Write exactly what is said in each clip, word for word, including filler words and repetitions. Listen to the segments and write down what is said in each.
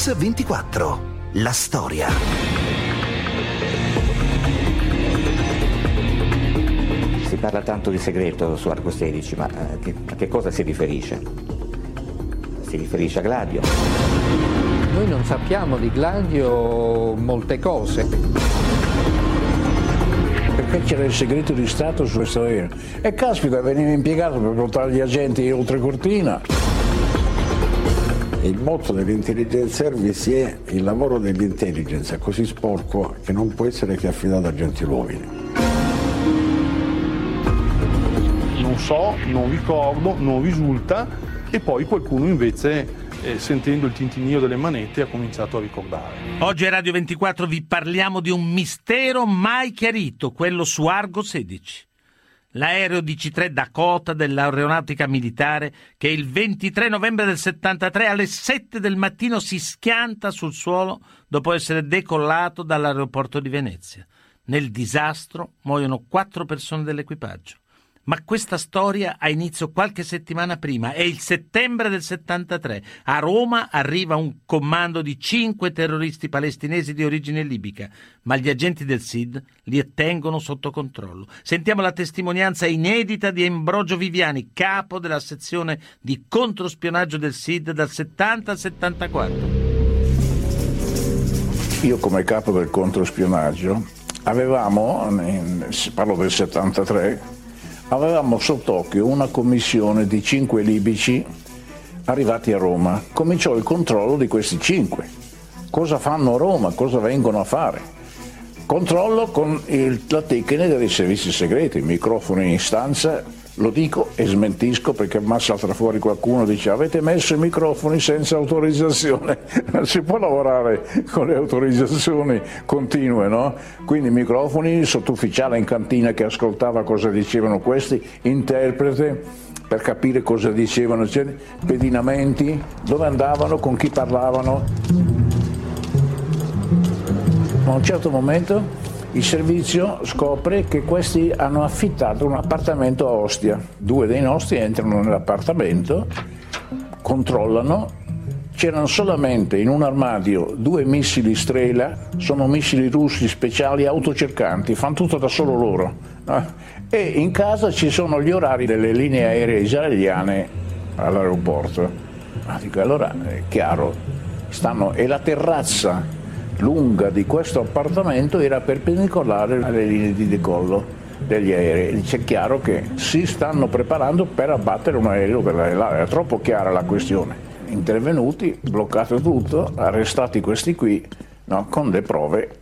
Mix ventiquattro. La storia. Si parla tanto di segreto su Argo sedici, ma a che, a che cosa si riferisce? Si riferisce a Gladio? Noi non sappiamo di Gladio molte cose. Perché c'era il segreto di Stato su questo aereo? E caspita, veniva impiegato per portare gli agenti oltre cortina. Il motto dell'intelligence service è: il lavoro dell'intelligence è così sporco che non può essere che affidato a gentiluomini. Non so, non ricordo, non risulta, e poi qualcuno invece, eh, sentendo il tintinnio delle manette, ha cominciato a ricordare. Oggi a Radio ventiquattro vi parliamo di un mistero mai chiarito, quello su Argo sedici. L'aereo D C tre Dakota dell'aeronautica militare che il ventitré novembre del settantatré alle sette del mattino si schianta sul suolo dopo essere decollato dall'aeroporto di Venezia. Nel disastro muoiono quattro persone dell'equipaggio. Ma questa storia ha inizio qualche settimana prima. È il settembre del settantatré. A Roma arriva un comando di cinque terroristi palestinesi di origine libica, ma gli agenti del S I D li tengono sotto controllo. Sentiamo la testimonianza inedita di Ambrogio Viviani, capo della sezione di controspionaggio del S I D dal settanta al settantaquattro. Io come capo del controspionaggio avevamo, parlo del settantatré, avevamo sott'occhio una commissione di cinque libici arrivati a Roma. Cominciò il controllo di questi cinque. Cosa fanno a Roma? Cosa vengono a fare? Controllo con il, la tecnica dei servizi segreti, microfoni in stanza. Lo dico e smentisco perché ma salta fuori qualcuno e dice: avete messo i microfoni senza autorizzazione. Non si può lavorare con le autorizzazioni continue, no? Quindi microfoni, sottufficiale in cantina che ascoltava cosa dicevano questi, interprete per capire cosa dicevano, pedinamenti, dove andavano, con chi parlavano. Ma a un certo momento il servizio scopre che questi hanno affittato un appartamento a Ostia. Due dei nostri entrano nell'appartamento, controllano, c'erano solamente in un armadio due missili Strela, sono missili russi speciali autocercanti, fanno tutto da solo loro. E in casa ci sono gli orari delle linee aeree israeliane all'aeroporto. Ma dico, allora è chiaro, stanno, e la terrazza lunga di questo appartamento era perpendicolare alle linee di decollo degli aerei. C'è chiaro che si stanno preparando per abbattere un aereo dell'A E L A. È troppo chiara la questione. Intervenuti, bloccato tutto, arrestati questi qui, no, con le prove.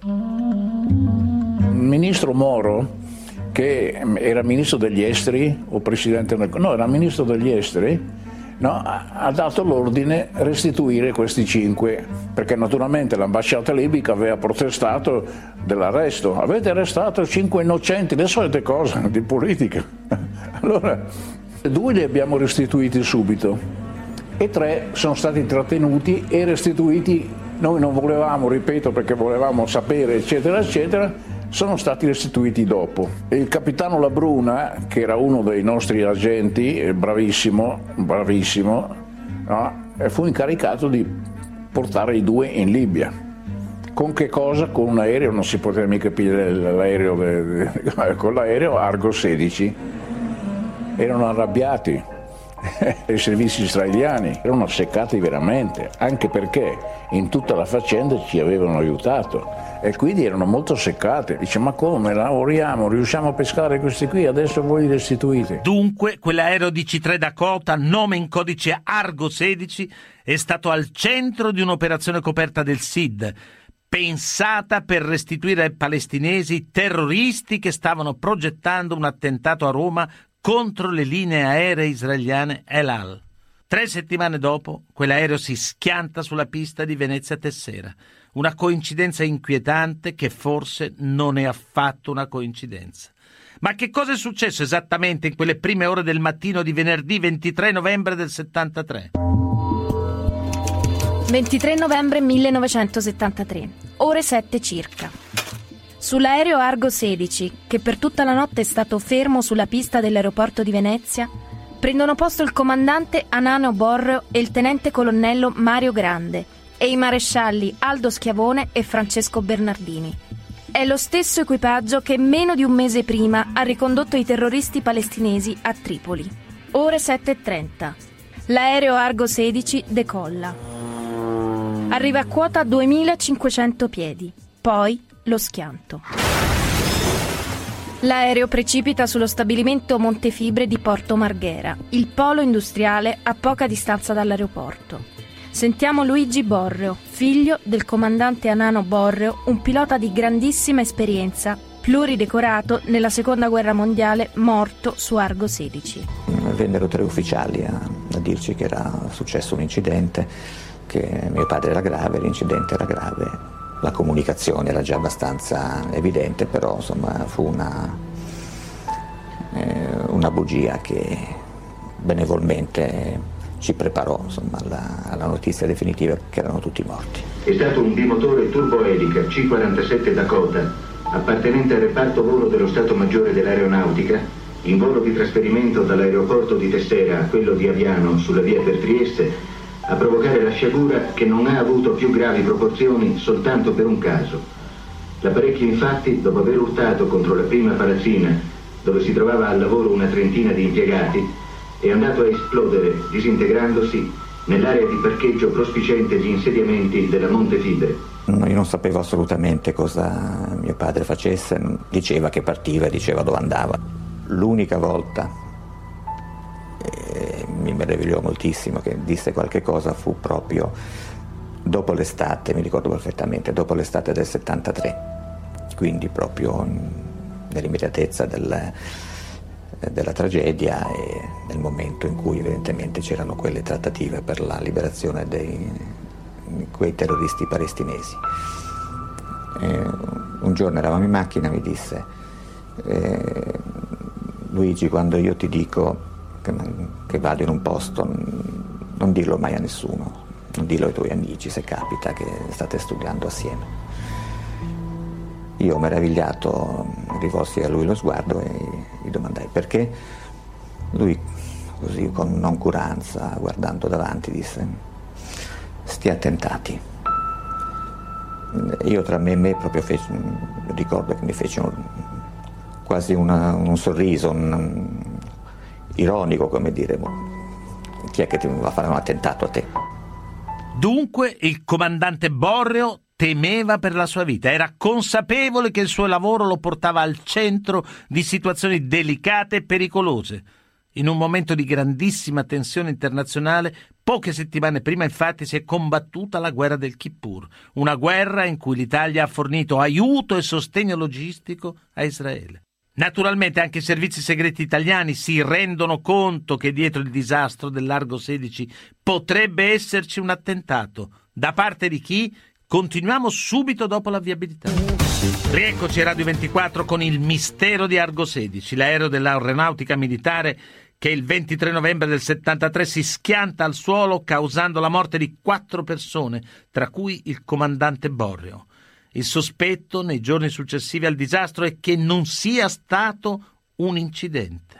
Il ministro Moro, che era ministro degli esteri o presidente del... no, era ministro degli esteri, no, ha dato l'ordine a restituire questi cinque, perché naturalmente l'ambasciata libica aveva protestato dell'arresto. Avete arrestato cinque innocenti, le solite cose di politica. Allora, due li abbiamo restituiti subito e tre sono stati trattenuti e restituiti. Noi non volevamo, ripeto, perché volevamo sapere, eccetera, eccetera, sono stati restituiti dopo. E il capitano Labruna, che era uno dei nostri agenti, bravissimo, bravissimo, no, fu incaricato di portare i due in Libia. Con che cosa? Con un aereo, non si poteva mica pigliare l'aereo, de, de, con l'aereo Argo sedici. Erano arrabbiati. I servizi israeliani erano seccati veramente, anche perché in tutta la faccenda ci avevano aiutato e quindi erano molto seccate. Dice: ma come lavoriamo, riusciamo a pescare questi qui, adesso voi li restituite. Dunque quell'aereo D C tre Dakota, nome in codice Argo sedici, è stato al centro di un'operazione coperta del S I D, pensata per restituire ai palestinesi terroristi che stavano progettando un attentato a Roma contro le linee aeree israeliane El Al. Tre settimane dopo, quell'aereo si schianta sulla pista di Venezia-Tessera. Una coincidenza inquietante che forse non è affatto una coincidenza. Ma che cosa è successo esattamente in quelle prime ore del mattino di venerdì ventitré novembre del settantatré? ventitré novembre millenovecentosettantatré, ore sette circa. Sull'aereo Argo sedici, che per tutta la notte è stato fermo sulla pista dell'aeroporto di Venezia, prendono posto il comandante Anano Borreo e il tenente colonnello Mario Grande e i marescialli Aldo Schiavone e Francesco Bernardini. È lo stesso equipaggio che meno di un mese prima ha ricondotto i terroristi palestinesi a Tripoli. Ore sette e trenta. L'aereo Argo sedici decolla. Arriva a quota duemilacinquecento piedi. Poi lo schianto. L'aereo precipita sullo stabilimento Montefibre di Porto Marghera, il polo industriale a poca distanza dall'aeroporto. Sentiamo Luigi Borreo, figlio del comandante Anano Borreo, un pilota di grandissima esperienza, pluridecorato nella seconda guerra mondiale, morto su Argo sedici. Vennero tre ufficiali a, a dirci che era successo un incidente, che mio padre era grave, l'incidente era grave. La comunicazione era già abbastanza evidente, però insomma fu una, eh, una bugia che benevolmente ci preparò insomma, alla, alla notizia definitiva che erano tutti morti. È stato un bimotore turboelica C quarantasette Dakota, appartenente al reparto volo dello Stato Maggiore dell'Aeronautica, in volo di trasferimento dall'aeroporto di Tessera a quello di Aviano sulla via per Trieste, a provocare la sciagura che non ha avuto più gravi proporzioni soltanto per un caso. L'apparecchio infatti, dopo aver urtato contro la prima palazzina, dove si trovava al lavoro una trentina di impiegati, è andato a esplodere, disintegrandosi, nell'area di parcheggio prospiciente gli insediamenti della Montefibre. No, io non sapevo assolutamente cosa mio padre facesse, diceva che partiva e diceva dove andava. L'unica volta, e mi meravigliò moltissimo, che disse qualche cosa fu proprio dopo l'estate, mi ricordo perfettamente, dopo l'estate del settantatré, quindi proprio nell'immediatezza del... della tragedia e nel momento in cui evidentemente c'erano quelle trattative per la liberazione di quei terroristi palestinesi. E un giorno eravamo in macchina, mi disse eh, Luigi, quando io ti dico che, che vado in un posto non dirlo mai a nessuno, non dirlo ai tuoi amici se capita che state studiando assieme. Io meravigliato rivolsi a lui lo sguardo e gli domandai perché. Lui, così con noncuranza, guardando davanti, disse: stia attentati. Io tra me e me proprio feci, ricordo che mi fece un, quasi una, un sorriso, un, un, ironico, come dire, chi è che ti va a fare un attentato a te? Dunque il comandante Borreo temeva per la sua vita, era consapevole che il suo lavoro lo portava al centro di situazioni delicate e pericolose. In un momento di grandissima tensione internazionale, poche settimane prima infatti si è combattuta la guerra del Kippur, una guerra in cui l'Italia ha fornito aiuto e sostegno logistico a Israele. Naturalmente anche i servizi segreti italiani si rendono conto che dietro il disastro dell'Argo sedici potrebbe esserci un attentato. Da parte di chi? Continuiamo subito dopo l'avviabilità. Rieccoci a Radio ventiquattro con il mistero di Argo sedici, l'aereo dell'aeronautica militare che il ventitré novembre del settantatré si schianta al suolo causando la morte di quattro persone, tra cui il comandante Borreo. Il sospetto nei giorni successivi al disastro è che non sia stato un incidente.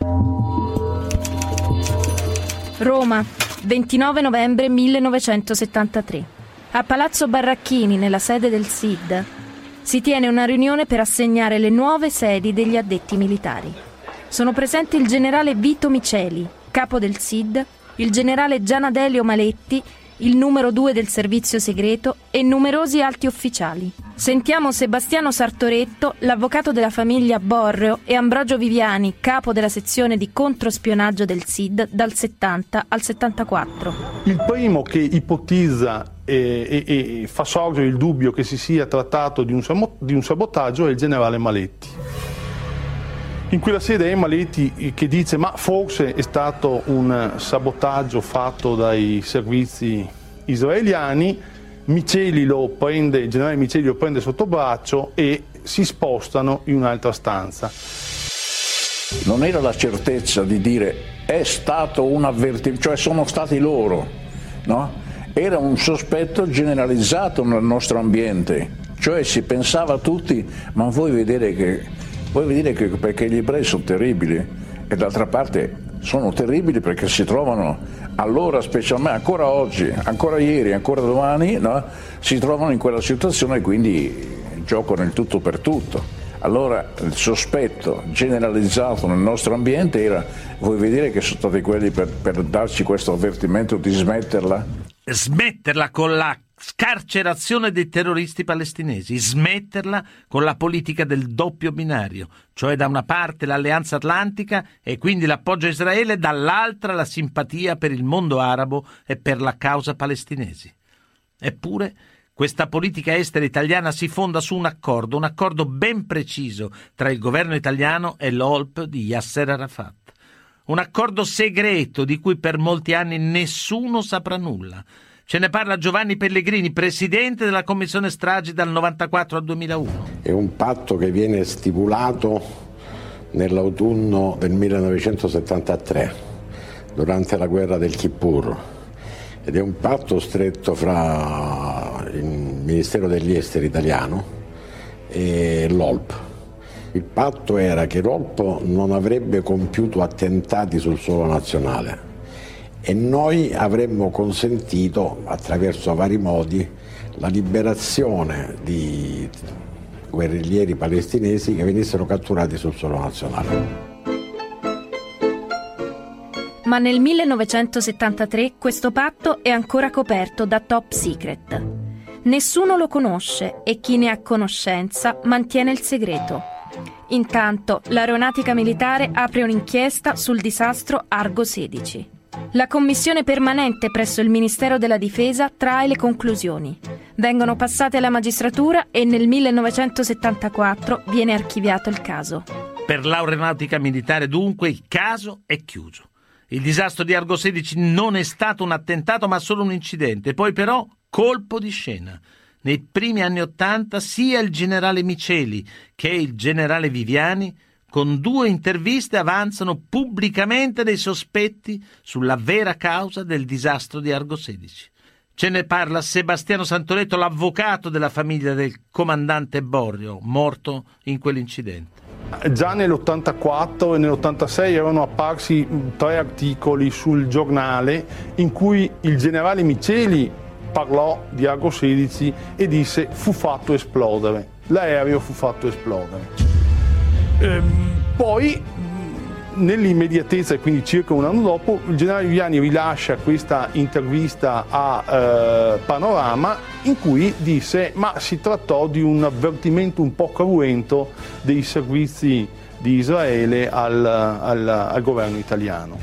Roma, ventinove novembre millenovecentosettantatré. A Palazzo Barracchini, nella sede del S I D, si tiene una riunione per assegnare le nuove sedi degli addetti militari. Sono presenti il generale Vito Miceli, capo del S I D, il generale Gianadelio Maletti, il numero due del servizio segreto e numerosi alti ufficiali. Sentiamo Sebastiano Sartoretto, l'avvocato della famiglia Borreo, e Ambrogio Viviani, capo della sezione di controspionaggio del S I D dal settanta al settantaquattro. Il primo che ipotizza e, e, e fa sorgere il dubbio che si sia trattato di un, di un sabotaggio è il generale Maletti. In quella sede è Maletti che dice ma forse è stato un sabotaggio fatto dai servizi israeliani. Miceli lo prende, il generale Miceli lo prende sotto braccio e si spostano in un'altra stanza. Non era la certezza di dire è stato un avvertimento, cioè sono stati loro, no? Era un sospetto generalizzato nel nostro ambiente, cioè si pensava a tutti, ma voi vedete che Vuoi vedere che perché gli ebrei sono terribili e d'altra parte sono terribili perché si trovano allora, specialmente ancora oggi, ancora ieri, ancora domani, no? Si trovano in quella situazione e quindi giocano il tutto per tutto. Allora il sospetto generalizzato nel nostro ambiente era: vuoi vedere che sono stati quelli per, per darci questo avvertimento di smetterla? Smetterla con la scarcerazione dei terroristi palestinesi, smetterla con la politica del doppio binario, cioè da una parte l'alleanza atlantica e quindi l'appoggio a Israele, dall'altra la simpatia per il mondo arabo e per la causa palestinese. Eppure questa politica estera italiana si fonda su un accordo, un accordo ben preciso tra il governo italiano e l'O L P di Yasser Arafat. Un accordo segreto di cui per molti anni nessuno saprà nulla. Ce ne parla Giovanni Pellegrini, presidente della Commissione Stragi dal novantaquattro al duemilauno. È un patto che viene stipulato nell'autunno del millenovecentosettantatré, durante la guerra del Kippur, ed è un patto stretto fra il Ministero degli Esteri italiano e l'O L P. Il patto era che l'O L P non avrebbe compiuto attentati sul suolo nazionale e noi avremmo consentito, attraverso vari modi, la liberazione di guerriglieri palestinesi che venissero catturati sul suolo nazionale. Ma nel millenovecentosettantatré questo patto è ancora coperto da top secret. Nessuno lo conosce e chi ne ha conoscenza mantiene il segreto. Intanto l'aeronautica militare apre un'inchiesta sul disastro Argo sedici. La commissione permanente presso il Ministero della Difesa trae le conclusioni. Vengono passate alla magistratura e nel millenovecentosettantaquattro viene archiviato il caso. Per l'aeronautica militare dunque il caso è chiuso. Il disastro di Argo sedici non è stato un attentato ma solo un incidente, poi però colpo di scena. Nei primi anni Ottanta sia il generale Miceli che il generale Viviani con due interviste avanzano pubblicamente dei sospetti sulla vera causa del disastro di Argo sedici. Ce ne parla Sebastiano Santoretto, l'avvocato della famiglia del comandante Borrio, morto in quell'incidente. Già nell'ottantaquattro e nell'ottantasei erano apparsi tre articoli sul giornale in cui il generale Miceli parlò di Argo sedici e disse fu fatto esplodere, l'aereo fu fatto esplodere. Ehm, poi nell'immediatezza, e quindi circa un anno dopo, il generale Viviani rilascia questa intervista a eh, Panorama in cui disse ma si trattò di un avvertimento un po' cruento dei servizi di Israele al, al, al governo italiano.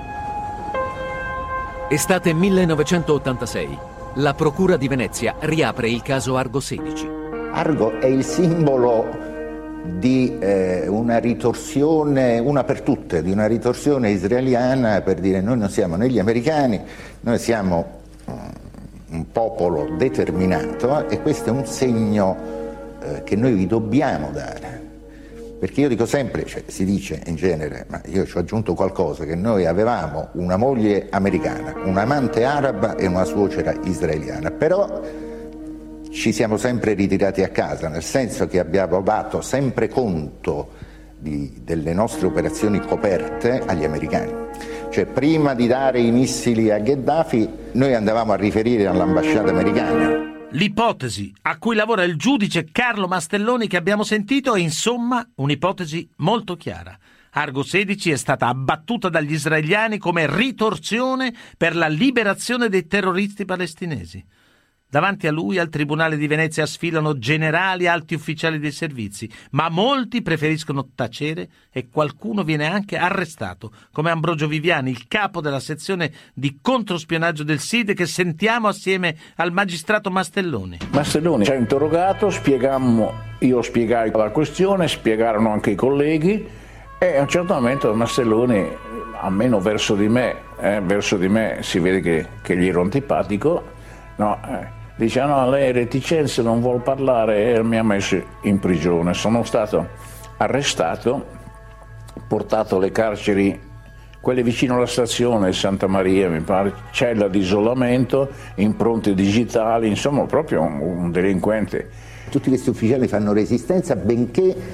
Estate millenovecentottantasei. La Procura di Venezia riapre il caso Argo sedici. Argo è il simbolo di eh, una ritorsione, una per tutte, di una ritorsione israeliana per dire noi non siamo né gli americani, noi siamo um, un popolo determinato e questo è un segno eh, che noi vi dobbiamo dare. Perché io dico sempre, cioè, si dice in genere, ma io ci ho aggiunto qualcosa, che noi avevamo una moglie americana, un amante araba e una suocera israeliana, però ci siamo sempre ritirati a casa, nel senso che abbiamo dato sempre conto di, delle nostre operazioni coperte agli americani. Cioè prima di dare i missili a Gheddafi noi andavamo a riferire all'ambasciata americana. L'ipotesi a cui lavora il giudice Carlo Mastelloni che abbiamo sentito è insomma un'ipotesi molto chiara. Argo sedici è stata abbattuta dagli israeliani come ritorsione per la liberazione dei terroristi palestinesi. Davanti a lui, al Tribunale di Venezia, sfilano generali e alti ufficiali dei servizi, ma molti preferiscono tacere e qualcuno viene anche arrestato, come Ambrogio Viviani, il capo della sezione di controspionaggio del S I D, che sentiamo assieme al magistrato Mastelloni. Mastelloni ci ha interrogato, spiegammo, io spiegai la questione, spiegarono anche i colleghi e a un certo momento Mastelloni, almeno verso di me, eh, verso di me si vede che, che gli ero antipatico, no, eh, dice no, lei è reticenza, non vuol parlare e mi ha messo in prigione. Sono stato arrestato, portato alle carceri, quelle vicino alla stazione Santa Maria, mi pare, cella di isolamento, impronte digitali, insomma proprio un, un delinquente. Tutti questi ufficiali fanno resistenza benché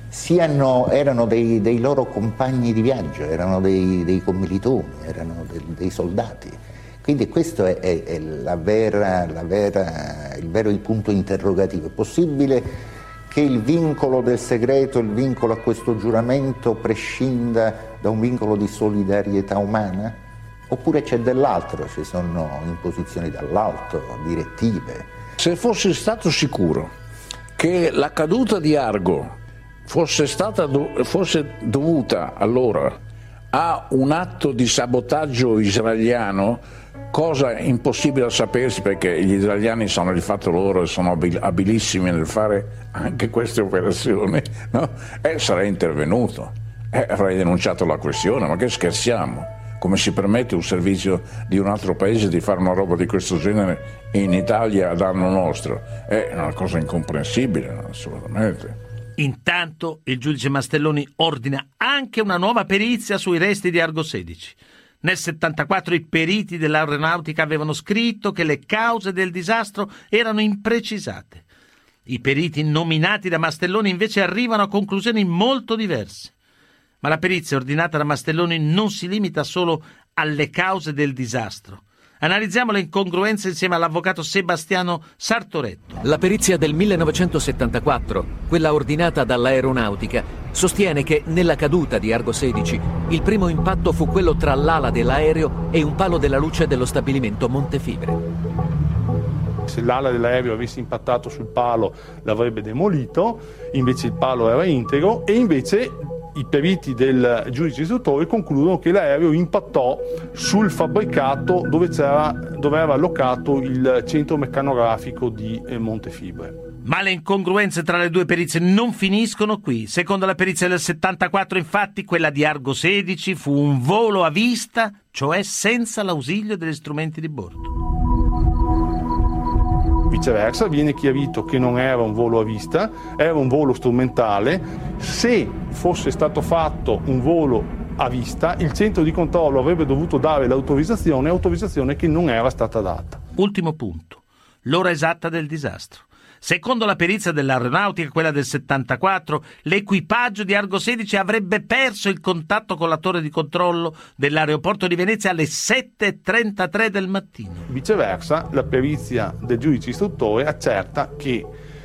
siano, erano dei, dei loro compagni di viaggio, erano dei, dei commilitoni, erano dei, dei soldati. Quindi questo è, è, è la vera, la vera, il vero punto interrogativo. È possibile che il vincolo del segreto, il vincolo a questo giuramento prescinda da un vincolo di solidarietà umana? Oppure c'è dell'altro, ci sono imposizioni dall'alto, direttive? Se fossi stato sicuro che la caduta di Argo fosse stata do- fosse dovuta allora a un atto di sabotaggio israeliano, cosa impossibile da sapersi perché gli israeliani sono di fatto loro e sono abil- abilissimi nel fare anche queste operazioni, no? E sarei intervenuto, eh, avrei denunciato la questione, ma che scherziamo? Come si permette un servizio di un altro paese di fare una roba di questo genere in Italia a danno nostro? È una cosa incomprensibile, assolutamente. Intanto il giudice Mastelloni ordina anche una nuova perizia sui resti di Argo sedici. Nel settantaquattro i periti dell'aeronautica avevano scritto che le cause del disastro erano imprecisate. I periti nominati da Mastelloni invece arrivano a conclusioni molto diverse. Ma la perizia ordinata da Mastelloni non si limita solo alle cause del disastro. Analizziamo le incongruenze insieme all'avvocato Sebastiano Sartoretto. La perizia del millenovecentosettantaquattro, quella ordinata dall'aeronautica, sostiene che nella caduta di Argo sedici il primo impatto fu quello tra l'ala dell'aereo e un palo della luce dello stabilimento Montefibre. Se l'ala dell'aereo avesse impattato sul palo l'avrebbe demolito, invece il palo era integro e invece i periti del giudice istruttore concludono che l'aereo impattò sul fabbricato dove, c'era, dove era allocato il centro meccanografico di Montefibre. Ma le incongruenze tra le due perizie non finiscono qui. Secondo la perizia del settantaquattro, infatti, quella di Argo sedici fu un volo a vista, cioè senza l'ausilio degli strumenti di bordo. Viceversa, viene chiarito che non era un volo a vista, era un volo strumentale. Se fosse stato fatto un volo a vista, il centro di controllo avrebbe dovuto dare l'autorizzazione, autorizzazione che non era stata data. Ultimo punto, l'ora esatta del disastro. Secondo la perizia dell'aeronautica, quella del settantaquattro, l'equipaggio di Argo sedici avrebbe perso il contatto con la torre di controllo dell'aeroporto di Venezia alle sette e trentatré del mattino. Viceversa, la perizia del giudice istruttore accerta che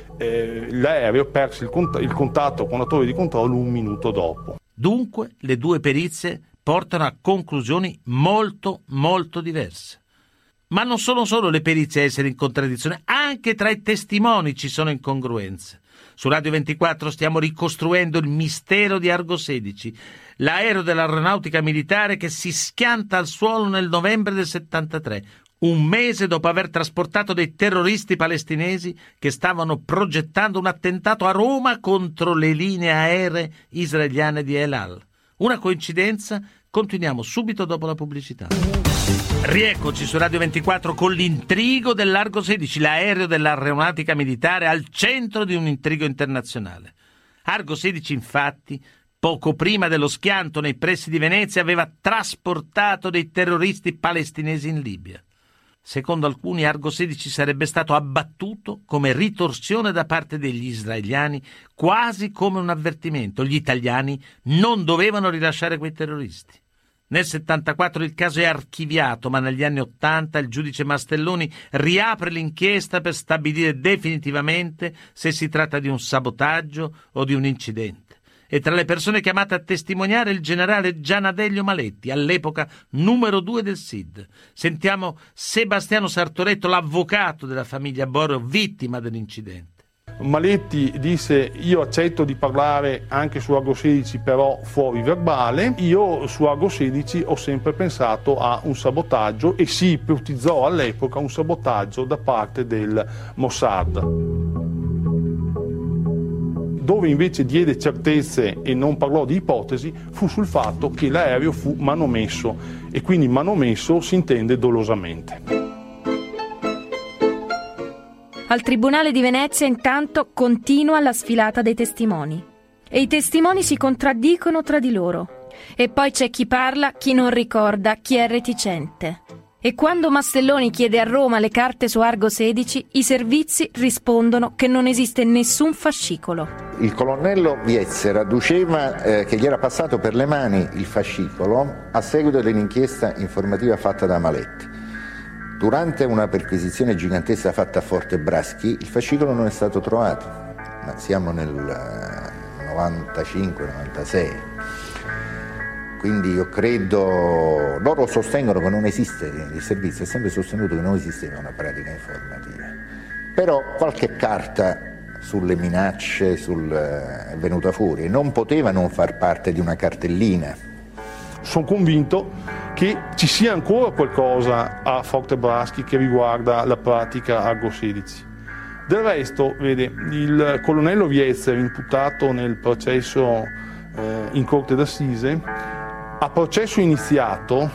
eh, l'aereo perse il, cont- il contatto con la torre di controllo un minuto dopo. Dunque, le due perizie portano a conclusioni molto, molto diverse. Ma non sono solo le perizie a essere in contraddizione, anche tra i testimoni ci sono incongruenze. Su Radio ventiquattro stiamo ricostruendo il mistero di Argo sedici, l'aereo dell'aeronautica militare che si schianta al suolo nel novembre del settantatré, un mese dopo aver trasportato dei terroristi palestinesi che stavano progettando un attentato a Roma contro le linee aeree israeliane di El Al. Una coincidenza? Continuiamo subito dopo la pubblicità. Rieccoci su Radio ventiquattro con l'intrigo dell'Argo sedici, l'aereo dell'aeronautica militare al centro di un intrigo internazionale. Argo sedici, infatti, poco prima dello schianto nei pressi di Venezia, aveva trasportato dei terroristi palestinesi in Libia. Secondo alcuni, Argo sedici sarebbe stato abbattuto come ritorsione da parte degli israeliani, quasi come un avvertimento. Gli italiani non dovevano rilasciare quei terroristi. Nel settantaquattro il caso è archiviato, ma negli anni ottanta il giudice Mastelloni riapre l'inchiesta per stabilire definitivamente se si tratta di un sabotaggio o di un incidente. E tra le persone chiamate a testimoniare il generale Gianadello Maletti, all'epoca numero due del S I D. Sentiamo Sebastiano Sartoretto, l'avvocato della famiglia Borro, vittima dell'incidente. Maletti disse: io accetto di parlare anche su Argo sedici, però fuori verbale. Io su Argo sedici ho sempre pensato a un sabotaggio e si ipotizzò all'epoca un sabotaggio da parte del Mossad. Dove invece diede certezze e non parlò di ipotesi fu sul fatto che l'aereo fu manomesso, e quindi manomesso si intende dolosamente. Al Tribunale di Venezia intanto continua la sfilata dei testimoni. E i testimoni si contraddicono tra di loro. E poi c'è chi parla, chi non ricorda, chi è reticente. E quando Mastelloni chiede a Roma le carte su Argo sedici, i servizi rispondono che non esiste nessun fascicolo. Il colonnello Vietzer adduceva eh, che gli era passato per le mani il fascicolo a seguito dell'inchiesta informativa fatta da Maletti. Durante una perquisizione gigantesca fatta a Fortebraschi, il fascicolo non è stato trovato, ma siamo nel novantacinque novantasei. Quindi io credo, loro sostengono che non esiste, il servizio ha sempre sostenuto che non esisteva una pratica informativa, però qualche carta sulle minacce sul, è venuta fuori e non poteva non far parte di una cartellina. Sono convinto che ci sia ancora qualcosa a Fortebraschi che riguarda la pratica Argo sedici. Del resto, vede, il colonnello Vietzer, imputato nel processo eh, in corte d'assise, a processo iniziato,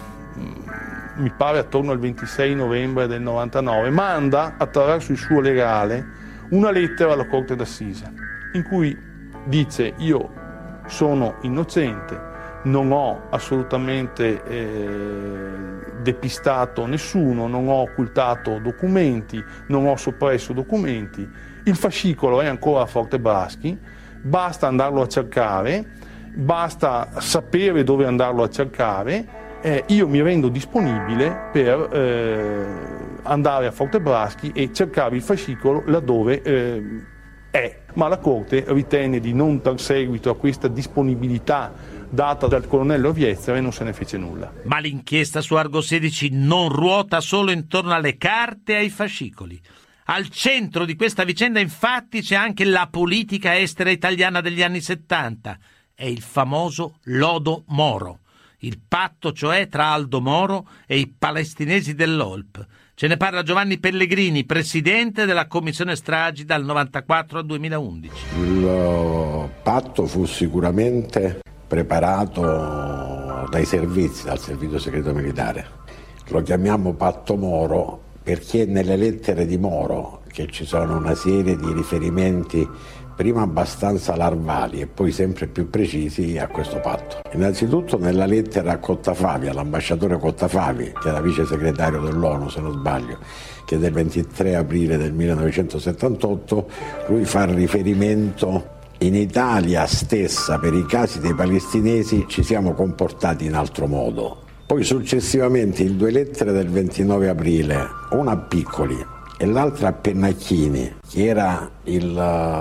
mi pare attorno al ventisei novembre del novantanove, manda attraverso il suo legale una lettera alla Corte d'Assise in cui dice: io sono innocente, non ho assolutamente eh, depistato nessuno, non ho occultato documenti, non ho soppresso documenti, il fascicolo è ancora a Fortebraschi, basta andarlo a cercare, basta sapere dove andarlo a cercare, eh, io mi rendo disponibile per eh, andare a Fortebraschi e cercare il fascicolo laddove eh, è. Ma la Corte ritenne di non dar seguito a questa disponibilità data dal colonnello Vietzer e non se ne fece nulla. Ma l'inchiesta su Argo sedici non ruota solo intorno alle carte e ai fascicoli. Al centro di questa vicenda, infatti, c'è anche la politica estera italiana degli anni settanta. È il famoso lodo Moro, il patto cioè tra Aldo Moro e i palestinesi dell'O L P. Ce ne parla Giovanni Pellegrini, presidente della commissione stragi dal novantaquattro al duemilaundici. Il patto fu sicuramente preparato dai servizi, dal servizio segreto militare. Lo chiamiamo patto Moro perché nelle lettere di Moro, che ci sono una serie di riferimenti prima abbastanza larvali e poi sempre più precisi a questo patto. Innanzitutto nella lettera a Cottafavi, all'ambasciatore Cottafavi, che era vice segretario dell'ONU se non sbaglio, che del ventitré aprile del millenovecentosettantotto, lui fa riferimento: in Italia stessa per i casi dei palestinesi ci siamo comportati in altro modo. Poi successivamente in due lettere del ventinove aprile, una a Piccoli e l'altra a Pennacchini, che era il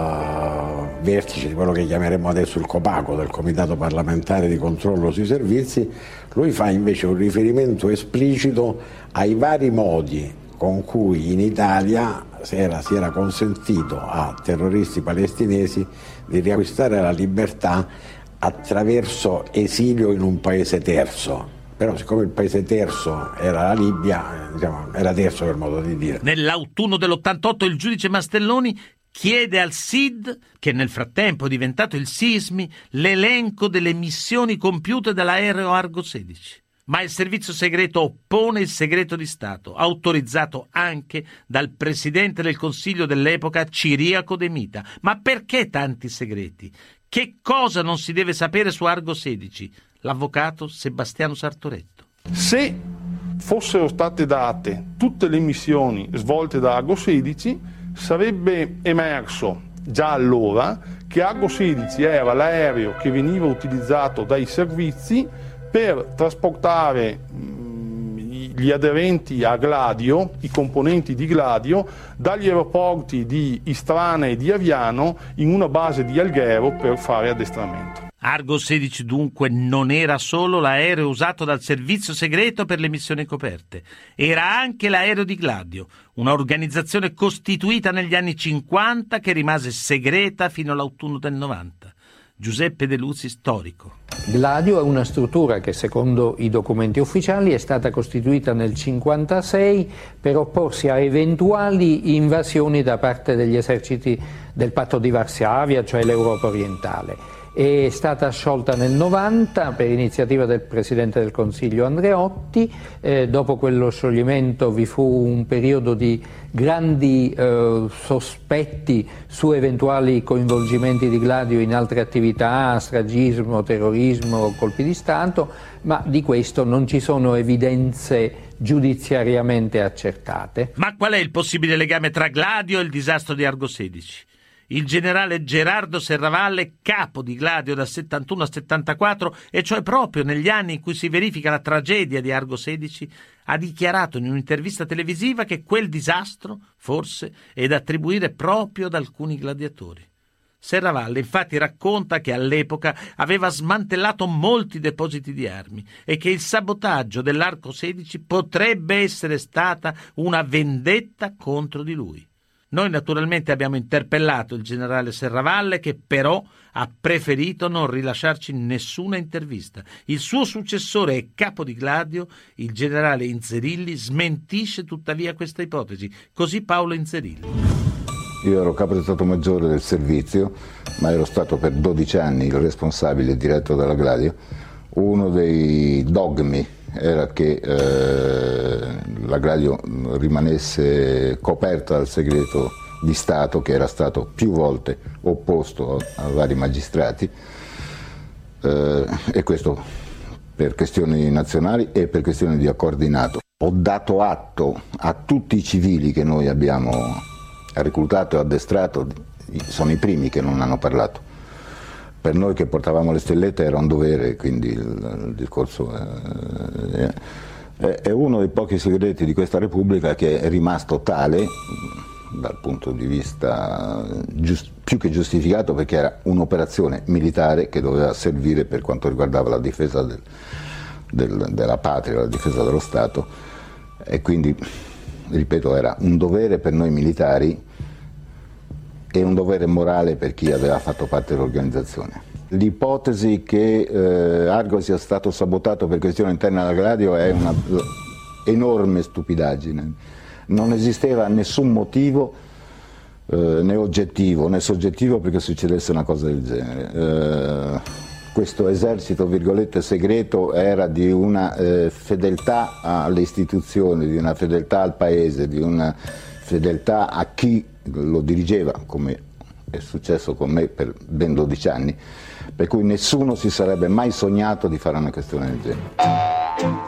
uh, vertice di quello che chiameremo adesso il Copaco, del Comitato Parlamentare di Controllo sui Servizi, lui fa invece un riferimento esplicito ai vari modi con cui in Italia si era, si era consentito a terroristi palestinesi di riacquistare la libertà attraverso esilio in un paese terzo. Però siccome il paese terzo era la Libia, diciamo, era terzo per modo di dire. Nell'autunno dell'ottantotto il giudice Mastelloni chiede al S I D, che nel frattempo è diventato il SISMI, l'elenco delle missioni compiute dall'aereo Argo sedici. Ma il servizio segreto oppone il segreto di Stato, autorizzato anche dal presidente del Consiglio dell'epoca Ciriaco De Mita. Ma perché tanti segreti? Che cosa non si deve sapere su Argo sedici? L'avvocato Sebastiano Sartoretto. Se fossero state date tutte le missioni svolte da Argo sedici, sarebbe emerso già allora che Argo sedici era l'aereo che veniva utilizzato dai servizi per trasportare gli aderenti a Gladio, i componenti di Gladio, dagli aeroporti di Istrana e di Aviano in una base di Alghero per fare addestramento. Argo sedici dunque non era solo l'aereo usato dal servizio segreto per le missioni coperte, era anche l'aereo di Gladio, una organizzazione costituita negli anni cinquanta che rimase segreta fino all'autunno del novanta. Giuseppe De Luzi, storico. Gladio è una struttura che secondo i documenti ufficiali è stata costituita nel cinquantasei per opporsi a eventuali invasioni da parte degli eserciti del patto di Varsavia, cioè l'Europa orientale. è stata sciolta nel novanta per iniziativa del Presidente del Consiglio Andreotti. Eh, dopo quello scioglimento vi fu un periodo di grandi eh, sospetti su eventuali coinvolgimenti di Gladio in altre attività, stragismo, terrorismo, colpi di Stato, ma di questo non ci sono evidenze giudiziariamente accertate. Ma qual è il possibile legame tra Gladio e il disastro di Argo sedici? Il generale Gerardo Serravalle, capo di Gladio dal settantuno al settantaquattro, e cioè proprio negli anni in cui si verifica la tragedia di Argo sedici, ha dichiarato in un'intervista televisiva che quel disastro, forse, è da attribuire proprio ad alcuni gladiatori. Serravalle infatti racconta che all'epoca aveva smantellato molti depositi di armi e che il sabotaggio dell'Arco sedici potrebbe essere stata una vendetta contro di lui. Noi naturalmente abbiamo interpellato il generale Serravalle, che però ha preferito non rilasciarci nessuna intervista. Il suo successore e capo di Gladio, il generale Inzerilli, smentisce tuttavia questa ipotesi. Così Paolo Inzerilli. Io ero capo di Stato Maggiore del servizio, ma ero stato per dodici anni il responsabile diretto della Gladio. Uno dei dogmi era che eh, la Gladio rimanesse coperta dal segreto di Stato, che era stato più volte opposto a, a vari magistrati, eh, e questo per questioni nazionali e per questioni di accordi NATO. Ho dato atto a tutti i civili che noi abbiamo reclutato e addestrato, sono i primi che non hanno parlato. Per noi che portavamo le stellette era un dovere, quindi il, il discorso è, è, è uno dei pochi segreti di questa Repubblica che è rimasto tale dal punto di vista giust, più che giustificato, perché era un'operazione militare che doveva servire per quanto riguardava la difesa del, del, della patria, la difesa dello Stato, e quindi, ripeto, era un dovere per noi militari e un dovere morale per chi aveva fatto parte dell'organizzazione. L'ipotesi che eh, Argo sia stato sabotato per questioni interne alla Gladio è una enorme stupidaggine. Non esisteva nessun motivo eh, né oggettivo né soggettivo perché succedesse una cosa del genere. Eh, questo esercito, virgolette, segreto era di una eh, fedeltà alle istituzioni, di una fedeltà al paese, di una fedeltà a chi lo dirigeva, come è successo con me per ben dodici anni, per cui nessuno si sarebbe mai sognato di fare una questione del genere.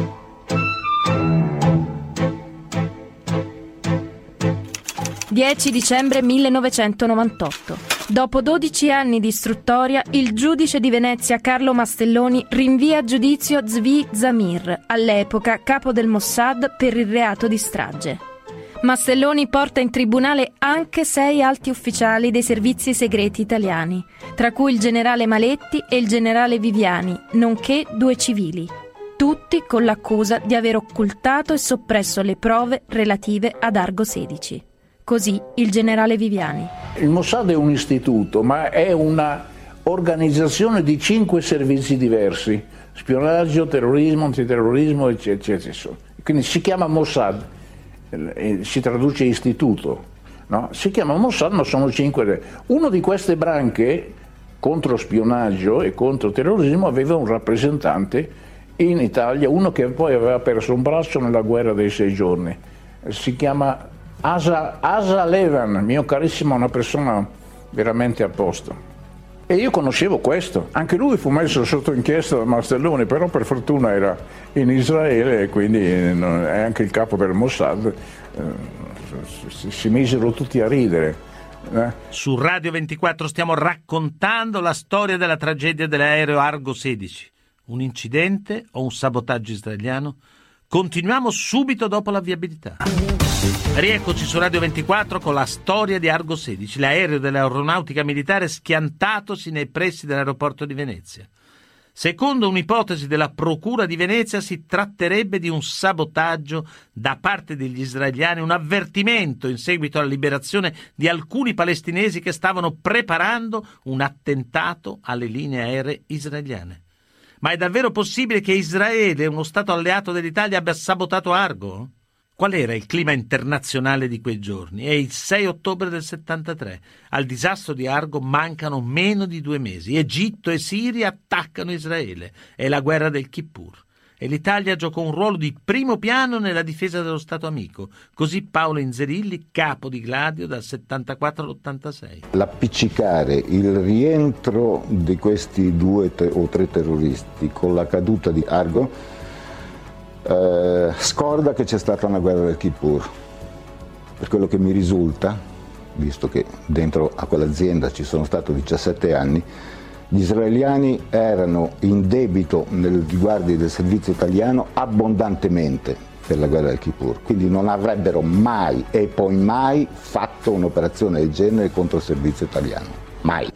dieci dicembre millenovecentonovantotto. Dopo dodici anni di istruttoria, il giudice di Venezia Carlo Mastelloni rinvia a giudizio Zvi Zamir, all'epoca capo del Mossad, per il reato di strage. Mastelloni porta in tribunale anche sei alti ufficiali dei servizi segreti italiani, tra cui il generale Maletti e il generale Viviani, nonché due civili, tutti con l'accusa di aver occultato e soppresso le prove relative ad Argo sedici. Così il generale Viviani. Il Mossad è un istituto, ma è una organizzazione di cinque servizi diversi: spionaggio, terrorismo, antiterrorismo, eccetera, eccetera. Quindi si chiama Mossad. Si traduce istituto, no? Si chiama Mossad, ma sono cinque. Uno di queste branche contro spionaggio e contro terrorismo aveva un rappresentante in Italia, uno che poi aveva perso un braccio nella guerra dei sei giorni. Si chiama Asa, Asa Levan, mio carissimo, una persona veramente a posto. E io conoscevo questo, anche lui fu messo sotto inchiesta da Mastelloni, però per fortuna era in Israele e quindi è anche il capo del Mossad. Si, si misero tutti a ridere. Eh? Su Radio ventiquattro stiamo raccontando la storia della tragedia dell'aereo Argo sedici. Un incidente o un sabotaggio israeliano? Continuiamo subito dopo la viabilità. Rieccoci su Radio ventiquattro con la storia di Argo sedici, l'aereo dell'aeronautica militare schiantatosi nei pressi dell'aeroporto di Venezia. Secondo un'ipotesi della Procura di Venezia si tratterebbe di un sabotaggio da parte degli israeliani, un avvertimento in seguito alla liberazione di alcuni palestinesi che stavano preparando un attentato alle linee aeree israeliane. Ma è davvero possibile che Israele, uno stato alleato dell'Italia, abbia sabotato Argo? Qual era il clima internazionale di quei giorni? È il sei ottobre del settantatré. Al disastro di Argo mancano meno di due mesi. Egitto e Siria attaccano Israele. È la guerra del Kippur. E l'Italia giocò un ruolo di primo piano nella difesa dello Stato amico. Così Paolo Inzerilli, capo di Gladio dal settantaquattro all'ottantasei. L'appiccicare il rientro di questi due te- o tre terroristi con la caduta di Argo Eh, scorda che c'è stata una guerra del Kippur. Per quello che mi risulta, visto che dentro a quell'azienda ci sono stato diciassette anni, gli israeliani erano in debito nei riguardi del servizio italiano abbondantemente per la guerra del Kippur, quindi non avrebbero mai e poi mai fatto un'operazione del genere contro il servizio italiano, mai.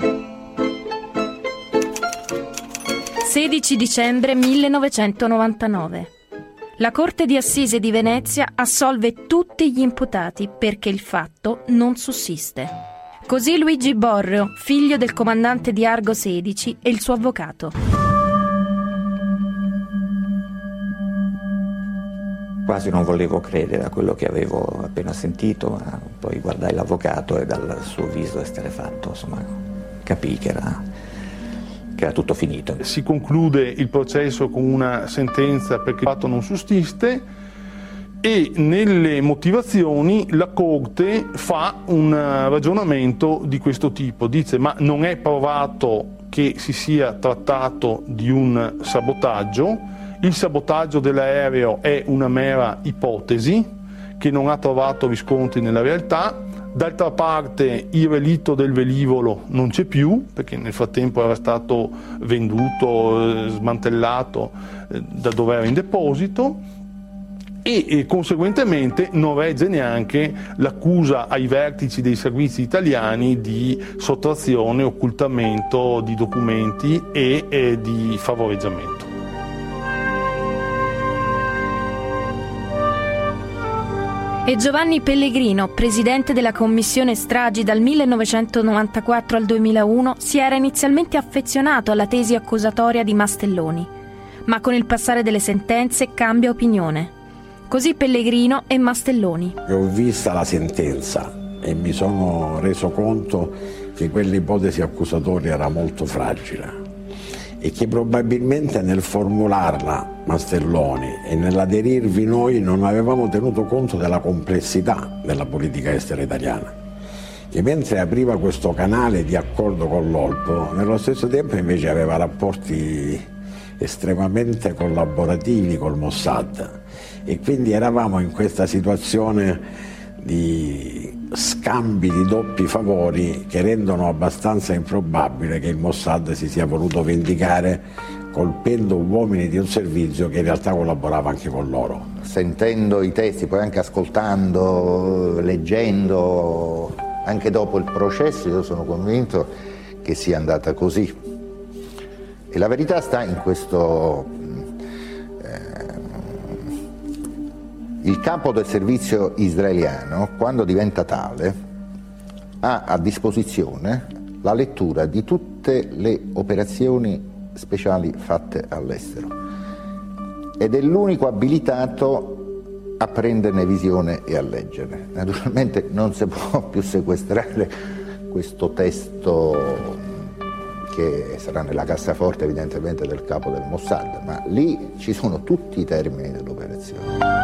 sedici dicembre millenovecentonovantanove. La Corte di Assise di Venezia assolve tutti gli imputati perché il fatto non sussiste. Così Luigi Borreo, figlio del comandante di Argo sedici, e il suo avvocato. Quasi non volevo credere a quello che avevo appena sentito, ma poi guardai l'avvocato e dal suo viso esterrefatto, insomma, capii che era... che era tutto finito. Si conclude il processo con una sentenza perché il fatto non sussiste e nelle motivazioni la Corte fa un ragionamento di questo tipo. Dice: ma non è provato che si sia trattato di un sabotaggio, il sabotaggio dell'aereo è una mera ipotesi che non ha trovato riscontri nella realtà. D'altra parte il relitto del velivolo non c'è più, perché nel frattempo era stato venduto, smantellato da dove era in deposito, e, e conseguentemente non regge neanche l'accusa ai vertici dei servizi italiani di sottrazione, occultamento di documenti e, e di favoreggiamento. E Giovanni Pellegrino, presidente della commissione stragi dal millenovecentonovantaquattro al duemilauno, si era inizialmente affezionato alla tesi accusatoria di Mastelloni, ma con il passare delle sentenze cambia opinione. Così Pellegrino e Mastelloni. Ho vista la sentenza e mi sono reso conto che quell'ipotesi accusatoria era molto fragile e che probabilmente nel formularla Mastelloni e nell'aderirvi noi non avevamo tenuto conto della complessità della politica estera italiana, che mentre apriva questo canale di accordo con l'Olpo, nello stesso tempo invece aveva rapporti estremamente collaborativi col Mossad, e quindi eravamo in questa situazione di scambi di doppi favori che rendono abbastanza improbabile che il Mossad si sia voluto vendicare colpendo uomini di un servizio che in realtà collaborava anche con loro. Sentendo i testi, poi anche ascoltando, leggendo, anche dopo il processo, io sono convinto che sia andata così. E la verità sta in questo... Eh, il capo del servizio israeliano, quando diventa tale, ha a disposizione la lettura di tutte le operazioni speciali fatte all'estero ed è l'unico abilitato a prenderne visione e a leggerne. Naturalmente non si può più sequestrare questo testo che sarà nella cassaforte evidentemente del capo del Mossad, ma lì ci sono tutti i termini dell'operazione.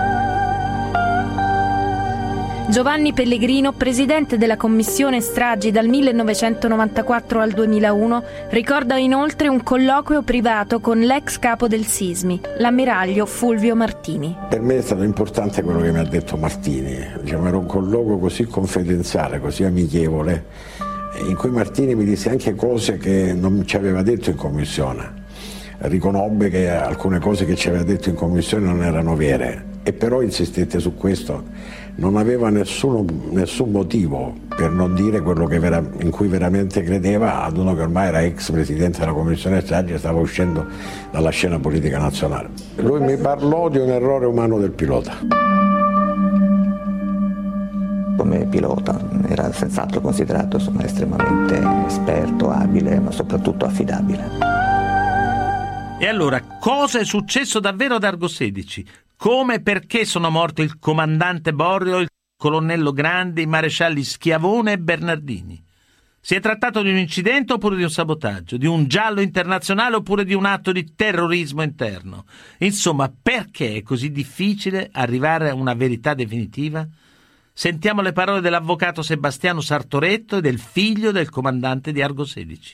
Giovanni Pellegrino, presidente della commissione stragi dal millenovecentonovantaquattro al duemilauno, ricorda inoltre un colloquio privato con l'ex capo del Sismi, l'ammiraglio Fulvio Martini. Per me è stato importante quello che mi ha detto Martini, diciamo, era un colloquio così confidenziale, così amichevole, in cui Martini mi disse anche cose che non ci aveva detto in commissione. Riconobbe che alcune cose che ci aveva detto in commissione non erano vere e però insistette su questo. Non aveva nessuno, nessun motivo per non dire quello che vera, in cui veramente credeva ad uno che ormai era ex presidente della commissione stragi e stava uscendo dalla scena politica nazionale. Lui mi parlò di un errore umano del pilota. Come pilota era senz'altro considerato, insomma, estremamente esperto, abile, ma soprattutto affidabile. E allora, cosa è successo davvero ad Argo sedici? Come e perché sono morti il comandante Borrio, il colonnello Grandi, i marescialli Schiavone e Bernardini? Si è trattato di un incidente oppure di un sabotaggio, di un giallo internazionale oppure di un atto di terrorismo interno? Insomma, perché è così difficile arrivare a una verità definitiva? Sentiamo le parole dell'avvocato Sebastiano Sartoretto e del figlio del comandante di Argo sedici.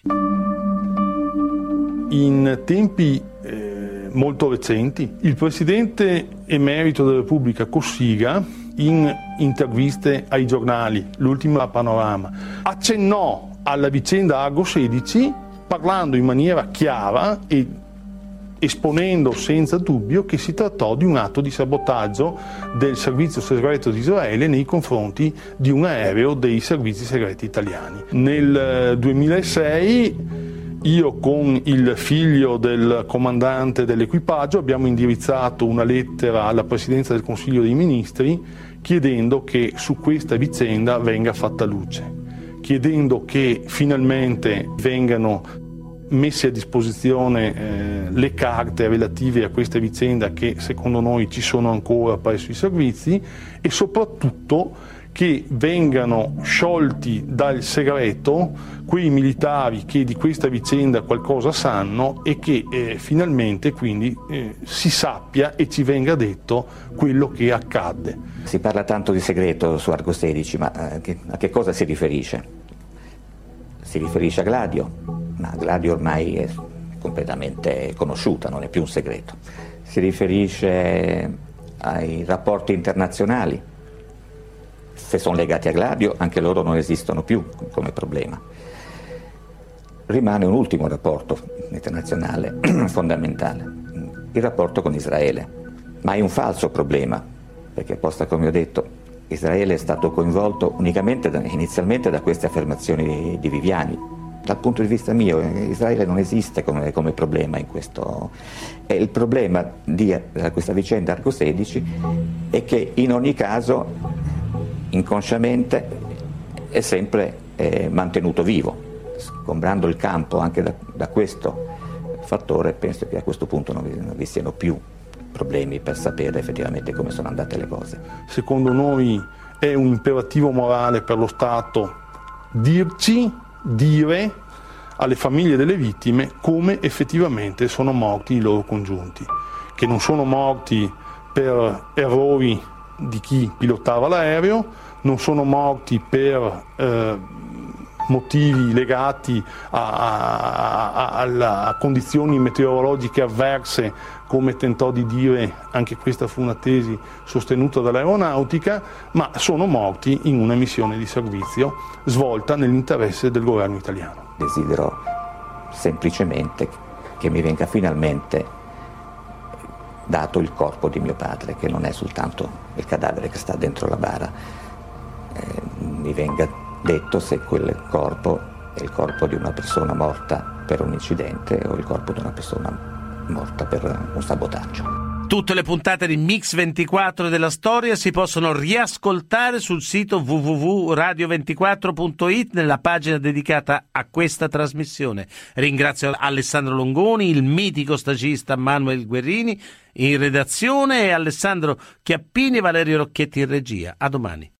In tempi eh, molto recenti, il presidente emerito della Repubblica Cossiga, in interviste ai giornali, l'ultima Panorama, accennò alla vicenda Argo sedici parlando in maniera chiara e esponendo senza dubbio che si trattò di un atto di sabotaggio del servizio segreto di Israele nei confronti di un aereo dei servizi segreti italiani. Nel duemilasei io con il figlio del comandante dell'equipaggio abbiamo indirizzato una lettera alla Presidenza del Consiglio dei Ministri chiedendo che su questa vicenda venga fatta luce, chiedendo che finalmente vengano messe a disposizione eh, le carte relative a questa vicenda che secondo noi ci sono ancora presso i servizi e soprattutto che vengano sciolti dal segreto quei militari che di questa vicenda qualcosa sanno e che eh, finalmente quindi eh, si sappia e ci venga detto quello che accadde. Si parla tanto di segreto su Argo sedici, ma eh, che, a che cosa si riferisce? Si riferisce a Gladio, ma Gladio ormai è completamente conosciuta, non è più un segreto. Si riferisce ai rapporti internazionali. Se sono legati a Gladio, anche loro non esistono più come problema. Rimane un ultimo rapporto internazionale fondamentale, il rapporto con Israele. Ma è un falso problema, perché apposta come ho detto, Israele è stato coinvolto unicamente da, inizialmente da queste affermazioni di, di Viviani. Dal punto di vista mio, Israele non esiste come, come problema in questo. E il problema di questa vicenda Argo sedici è che in ogni caso inconsciamente è sempre eh, mantenuto vivo, sgombrando il campo anche da, da questo fattore. Penso che a questo punto non vi, non vi siano più problemi per sapere effettivamente come sono andate le cose. Secondo noi è un imperativo morale per lo Stato dirci, dire alle famiglie delle vittime come effettivamente sono morti i loro congiunti, che non sono morti per errori di chi pilotava l'aereo, non sono morti per eh, motivi legati a, a, a, a, a condizioni meteorologiche avverse, come tentò di dire, anche questa fu una tesi sostenuta dall'aeronautica, ma sono morti in una missione di servizio svolta nell'interesse del governo italiano. Desidero semplicemente che mi venga finalmente dato il corpo di mio padre, che non è soltanto il cadavere che sta dentro la bara, eh, mi venga detto se quel corpo è il corpo di una persona morta per un incidente o il corpo di una persona morta per un sabotaggio. Tutte le puntate di Mix ventiquattro della storia si possono riascoltare sul sito w w w punto radio ventiquattro punto it nella pagina dedicata a questa trasmissione. Ringrazio Alessandro Longoni, il mitico stagista Manuel Guerrini in redazione e Alessandro Chiappini e Valerio Rocchetti in regia. A domani.